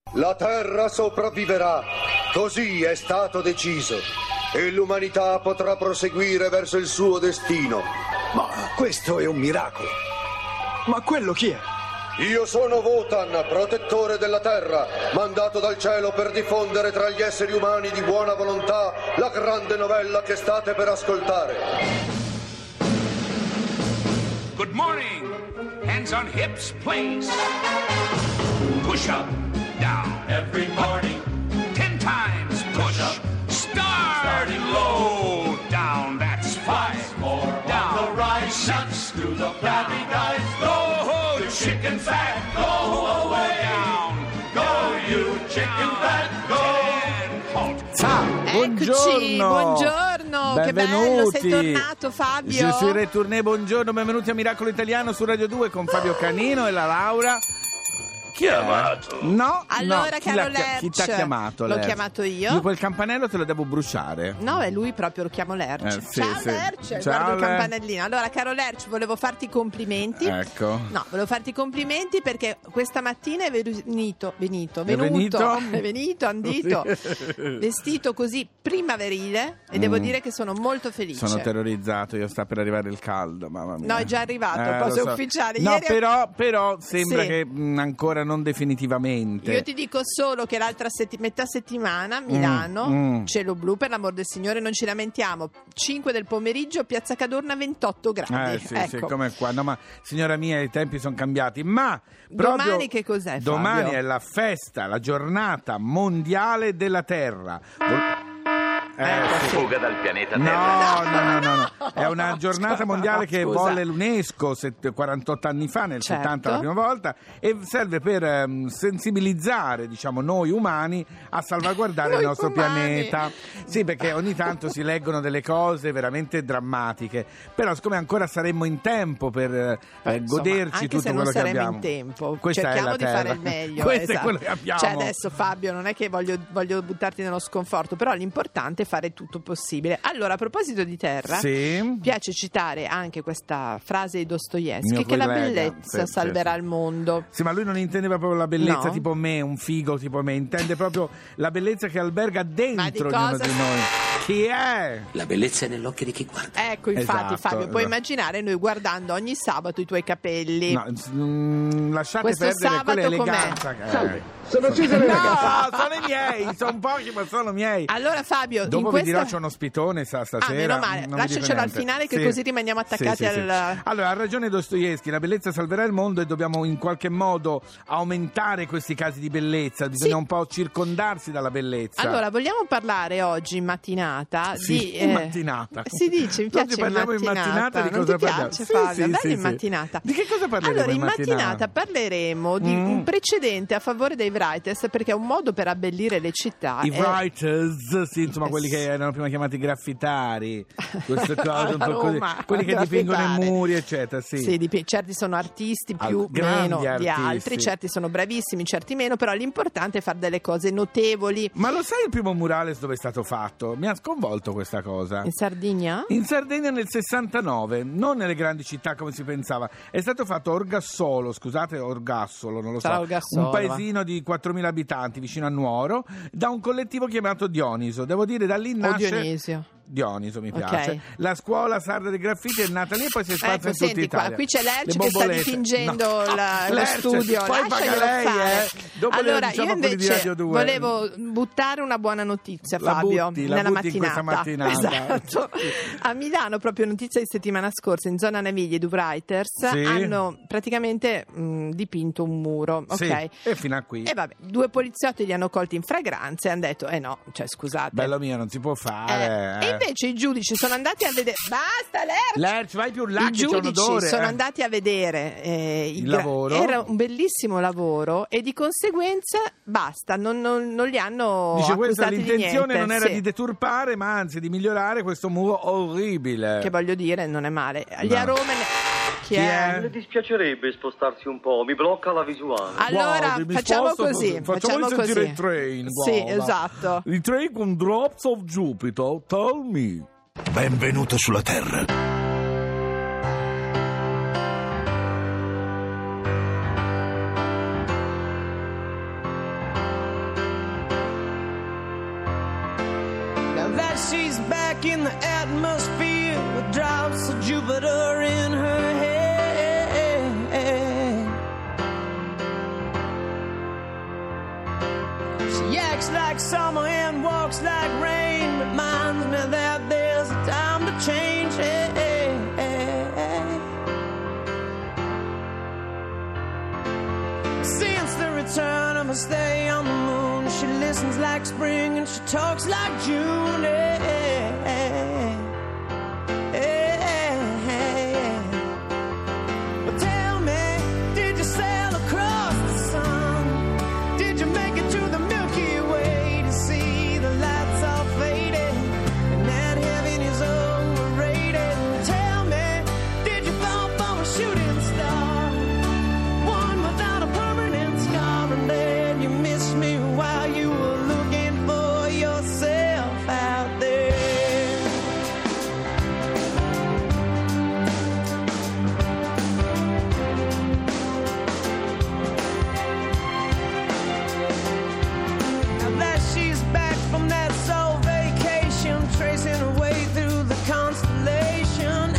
La Terra sopravviverà, così è stato deciso, e l'umanità potrà proseguire verso il suo destino. Ma questo è un miracolo. Ma quello chi è? Io sono Wotan, protettore della Terra, mandato dal cielo per diffondere tra gli esseri umani di buona volontà la grande novella che state per ascoltare. Good morning. Hands on hips, please. Push up, down. Every morning. 10 times push. Starting low. Down, that's 5 more. Down. On the rise, 6 to the flabby guys. Go, the chicken fat. Go away. Down. Go, you chicken fat. Go. Halt. Eccoci, buongiorno, Benvenuti. Che bello, sei tornato Fabio. Je suis retourné, buongiorno, benvenuti a Miracolo Italiano su Radio 2 con Fabio Canino e la Laura. Chiamato? No, allora, chi caro chi ti ha Lerch? chiamato? L'ho Lerch? chiamato io. Quel campanello te lo devo bruciare. No, è lui proprio, lo chiamo Lerch. Sì, Ciao sì. Lerch, Ciao, guarda il Lerch. campanellino. Allora, caro Lerch, volevo farti i complimenti. Ecco. No, volevo farti i complimenti perché questa mattina è venuto, andito, vestito così primaverile e devo dire che sono molto felice. Sono terrorizzato, io sta per arrivare il caldo, mamma mia. No, è già arrivato, cose lo so. ufficiali. No, Ieri... però sembra Sì. che ancora non definitivamente. Io ti dico solo che l'altra metà settimana a Milano, cielo blu, per l'amor del Signore, non ci lamentiamo. 5 del pomeriggio, Piazza Cadorna 28 gradi. Sì, ecco. sì, come qua. No, ma signora mia, i tempi sono cambiati. Ma proprio Domani che cos'è, Fabio? Domani è la festa, la giornata mondiale della Terra. Fuga dal pianeta Terra. No. È una giornata mondiale che scusa. volle l'UNESCO 48 anni fa, nel Certo. 70 la prima volta, e serve per sensibilizzare, diciamo, noi umani a salvaguardare il nostro umani. pianeta. Sì, perché ogni tanto si leggono delle cose veramente drammatiche, però siccome ancora saremmo in tempo per goderci anche tutto se non quello che saremo abbiamo. in tempo, Questa è cerchiamo la di Terra. fare il meglio. Questo è esatto. quello che abbiamo. Cioè adesso Fabio, non è che voglio buttarti nello sconforto, però l'importante è fare tutto possibile. Allora, a proposito di terra, Sì. piace citare anche questa frase di Dostoevsky, Mio che la collega, bellezza sì, salverà sì. il mondo. Sì, ma lui non intendeva proprio la bellezza No? tipo me, un figo tipo me, intende proprio la bellezza che alberga Ma di dentro ognuno cosa di noi. Chi è? La bellezza è nell'occhio di chi guarda. Ecco, infatti, Esatto, Fabio, puoi esatto. immaginare noi guardando ogni sabato i tuoi capelli. No, lasciate Questo perdere quella sabato com'è? eleganza che Sono Cesare Ragazzi. No, sono i miei, sono pochi ma sono miei. Allora Fabio, Dopo in vi questa... dirò c'è uno spitone stasera. meno male, non vi lasciacelo dico al niente. finale che Sì. così rimaniamo attaccati Sì. al... Allora, ha ragione Dostoevsky, la bellezza salverà il mondo e dobbiamo in qualche modo aumentare questi casi di bellezza, bisogna un po' circondarsi dalla bellezza. Allora, vogliamo parlare oggi in mattinata Sì, di... in mattinata. Si dice, mi Oggi piace parliamo in mattinata di non cosa ti parliamo? piace Sì, Fabio? sì, Bello sì, in sì. mattinata. Di che cosa parleremo Allora, in mattinata? mattinata parleremo di un precedente a favore dei writers, perché è un modo per abbellire le città. I writers, sì, insomma, quelli che erano prima chiamati graffitari, queste cose un po' così, Roma, quelli che dipingono i graffitare. muri, eccetera. Sì. Sì, certi sono artisti più Grandi meno di artisti. altri, certi sono bravissimi, certi meno, però l'importante è fare delle cose notevoli. Ma lo sai il primo murales dove è stato fatto? Mi ha sconvolto questa cosa. In Sardegna? In Sardegna nel 69, non nelle grandi città come si pensava. È stato fatto a Orgassolo, scusate, Orgassolo, non lo Sarà so. Orgassolo, un paesino di 4.000 abitanti vicino a Nuoro, da un collettivo chiamato Dioniso. Devo dire, da lì O nasce... Dionisio? Dioniso mi Ok. piace. La scuola sarda dei graffiti è nata lì e poi si è espansa Ecco, in tutta senti qua, Italia. qui c'è Lerch Le che sta bombolette. dipingendo No. lo Lerch, studio. poi paga Lasciaglielo lei, fare. Dopo Allora, le diciamo io quelli di invece Radio 2. volevo buttare una buona notizia, La Fabio, butti, la nella butti in questa mattinata. Esatto. A Milano, proprio notizia di settimana scorsa, in zona Navigli, i writers Sì. hanno praticamente dipinto un muro. Sì, Ok. e fino a qui. E vabbè, 2 poliziotti li hanno colti in fragranza e hanno detto, no, cioè scusate. Bello mio, non si può fare. E invece i giudici sono andati a vedere. Basta, Lerch, vai più là I che c'è un giudici odore. sono andati a vedere Il lavoro. Era un bellissimo lavoro e di conseguenza basta, non li hanno Dice questa accusati di l'intenzione niente. non era Sì. di deturpare, ma anzi di migliorare questo muro orribile. Che voglio dire, non è male. Gli No. arome. Chi è? Le dispiacerebbe spostarsi un po', mi blocca la visuale. Allora, Guardi, mi facciamo sposto così. Facciamo sentire così. il train. Sì, guarda. esatto. Il train con Drops of Jupiter, tell me. Benvenuto sulla Terra. she's back in the atmosphere with drops of Jupiter in her head. She acts like summer and walks like rain, reminds me that there's a time to change. Since the return of her stay on the moon, she listens like spring and she talks like June. But tell me, did you sail across the sun? Did you make it to the Milky Way to see the lights all faded and that heaven is overrated? Tell me, did you fall from a shooting star, one without a permanent scar, and then you missed me while you were looking for yourself out there? Now that she's back from that soul vacation, tracing her way through the constellation.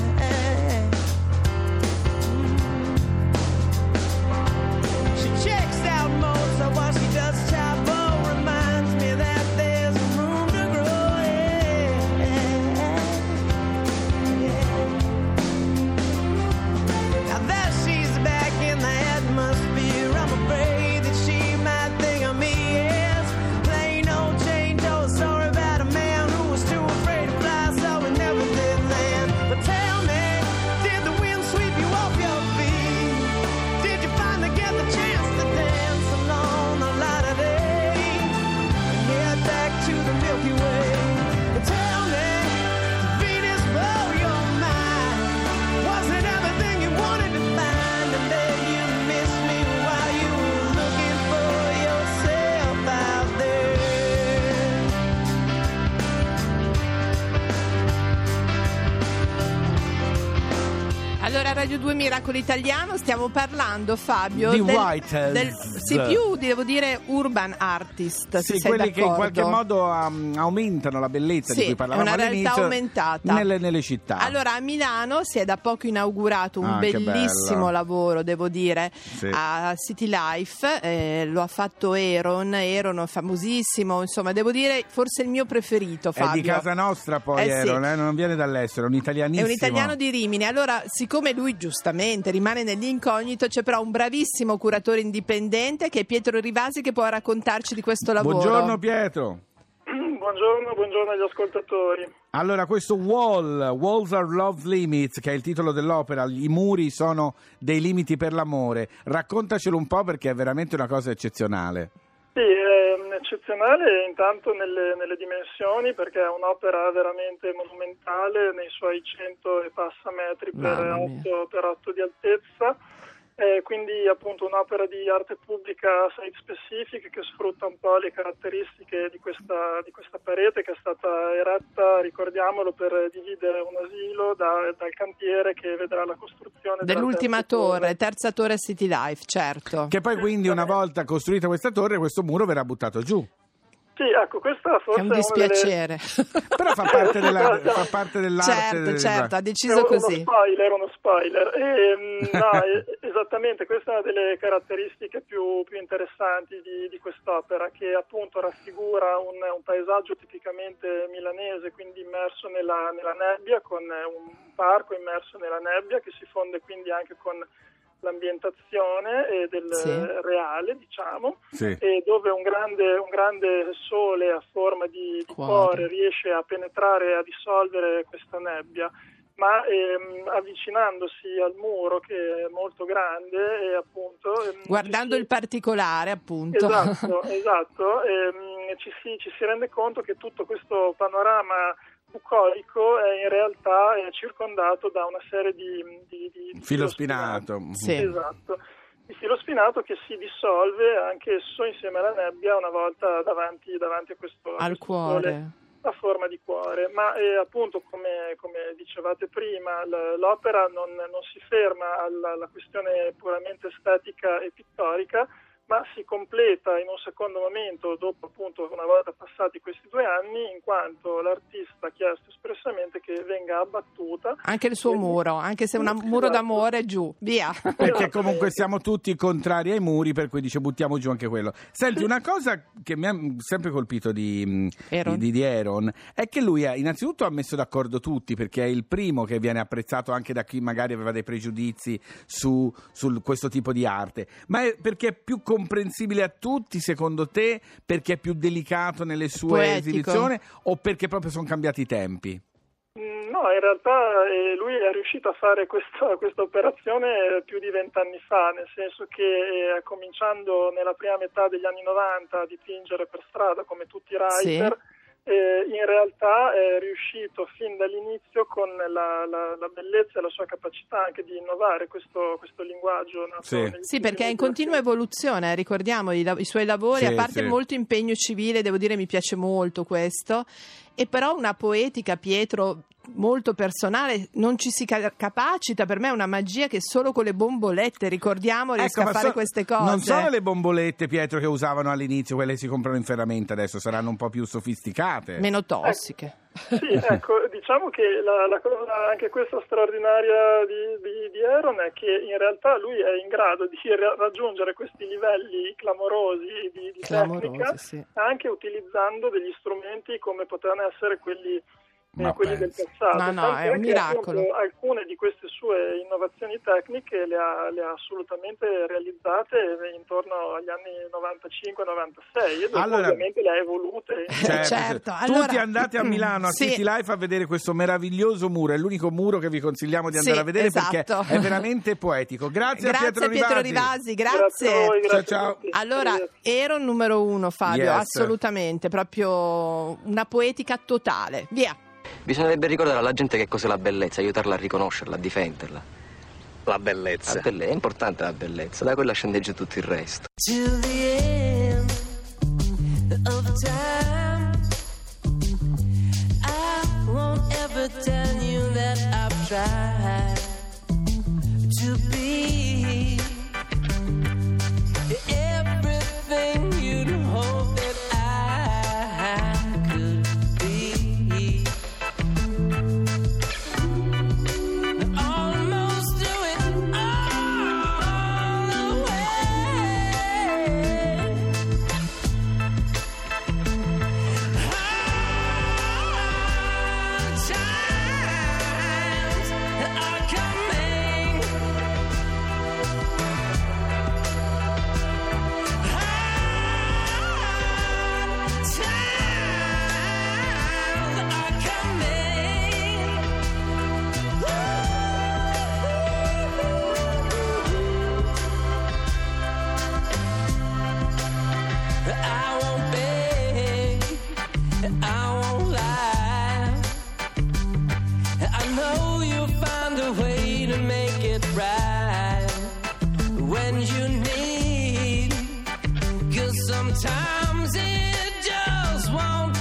She checks out Mozart while she does Chavo, reminds me that there's room to grow. Now that she's back in the atmosphere, I'm afraid that she might think of me as plain old Jane Doe, story about a man who was too afraid to fly, so he never did land. But tell me, did the wind sweep you off your feet? Did you finally get the chance to dance along the light of day and head back to the Milky Way? But tell me, did Venus blow your mind? Was it everything you wanted to find, and then you missed me while you were looking for yourself out there? Allora, Radio 2 Miracolo Italiano, stiamo parlando, Fabio, Di Whitehead. sì, più devo dire urban artist, Sì, se sei quelli che in d'accordo. qualche modo aumentano la bellezza di Sì, cui è parlavamo una realtà all'inizio aumentata nelle città. Allora, a Milano si è da poco inaugurato un Che bellissimo bello. lavoro, devo dire, Sì. a City Life, lo ha fatto Aaron è famosissimo, insomma, devo dire forse il mio preferito, Fabio. È di casa nostra poi, Sì. Aaron, non viene dall'estero, è un È italianissimo. un italiano di Rimini. Allora, siccome lui giustamente rimane nell'incognito, c'è però un bravissimo curatore indipendente che è Pietro Rivasi, che può raccontarci di questo lavoro. Buongiorno Pietro. Buongiorno agli ascoltatori. Allora, questo Walls are Love Limits, che è il titolo dell'opera, i muri sono dei limiti per l'amore. Raccontacelo un po', perché è veramente una cosa eccezionale. Sì, è eccezionale intanto nelle dimensioni, perché è un'opera veramente monumentale nei suoi 100 e passa metri per 8 di altezza. Quindi appunto un'opera di arte pubblica site specific che sfrutta un po' le caratteristiche di questa parete, che è stata eretta, ricordiamolo, per dividere un asilo dal cantiere che vedrà la costruzione dell'ultima torre, terza torre City Life, certo. Che poi quindi, una volta costruita questa torre, questo muro verrà buttato giù. Sì, ecco, questa forse è un dispiacere. Però fa parte dell'arte. Certo, ha deciso così. Uno spoiler. Esattamente, questa è una delle caratteristiche più interessanti di quest'opera, che appunto raffigura un paesaggio tipicamente milanese, quindi immerso nella nebbia, con un parco immerso nella nebbia, che si fonde quindi anche con l'ambientazione del reale, diciamo, e dove un grande sole a forma di cuore riesce a penetrare e a dissolvere questa nebbia, ma avvicinandosi al muro, che è molto grande, e appunto guardando il particolare, appunto. Esatto, ci si rende conto che tutto questo panorama bucolico è in realtà circondato da una serie di filo spinato. Sì. Esatto. Il filo spinato che si dissolve anch'esso insieme alla nebbia una volta davanti a questo cuore, sole a forma di cuore. Ma appunto, come dicevate prima, l'opera non si ferma alla questione puramente estetica e pittorica, ma si completa in un secondo momento dopo, appunto, una volta passati questi 2 anni, in quanto l'artista ha chiesto espressamente che venga abbattuta anche il suo muro, anche se è un muro d'amore, giù, via. Perché comunque siamo tutti contrari ai muri, per cui dice buttiamo giù anche quello. Senti, una cosa che mi ha sempre colpito di Aaron è che lui innanzitutto ha messo d'accordo tutti, perché è il primo che viene apprezzato anche da chi magari aveva dei pregiudizi su questo tipo di arte, ma è perché è più comprensibile a tutti, secondo te, perché è più delicato nelle sue esibizioni, o perché proprio sono cambiati i tempi? No, in realtà lui è riuscito a fare questa operazione più di 20 anni fa, nel senso che cominciando nella prima metà degli anni 90 a dipingere per strada come tutti i writer, in realtà è riuscito fin dall'inizio con la bellezza e la sua capacità anche di innovare questo linguaggio. Sì, perché è in continua evoluzione, ricordiamo i suoi lavori, a parte molto impegno civile, devo dire mi piace molto questo, e però una poetica, Pietro, molto personale, non ci si capacita. Per me è una magia che solo con le bombolette, ricordiamo, riesca a fare queste cose. Non sono le bombolette, Pietro, che usavano all'inizio, quelle che si comprano in ferramenta, adesso saranno un po' più sofisticate, meno tossiche. Sì, ecco, diciamo che la cosa anche questa straordinaria di Aaron è che in realtà lui è in grado di raggiungere questi livelli clamorosi di tecnica, anche utilizzando degli strumenti come potevano essere quelli del passato. No, è un miracolo. Appunto, alcune di queste sue innovazioni tecniche le ha assolutamente realizzate intorno agli anni 95-96 e dopo ovviamente le ha evolute. Certo. Tutti andate a Milano a City Life a vedere questo meraviglioso muro, è l'unico muro che vi consigliamo di andare a vedere, perché è veramente poetico. Grazie a Pietro Rivasi. Grazie. Voi, ciao. Allora, ero numero 1, Fabio, assolutamente, proprio una poetica totale. Via. Bisognerebbe ricordare alla gente che cos'è la bellezza, aiutarla a riconoscerla, a difenderla. La bellezza. È importante la bellezza, da quella scende giù tutto il resto. Till the end of time, I won't ever tell you that I've tried to be everything you'd hope that I could be. Almost do it all the way. Times are coming. I won't beg, I won't lie. I know you'll find a way to make it right when you need, 'cause sometimes it just won't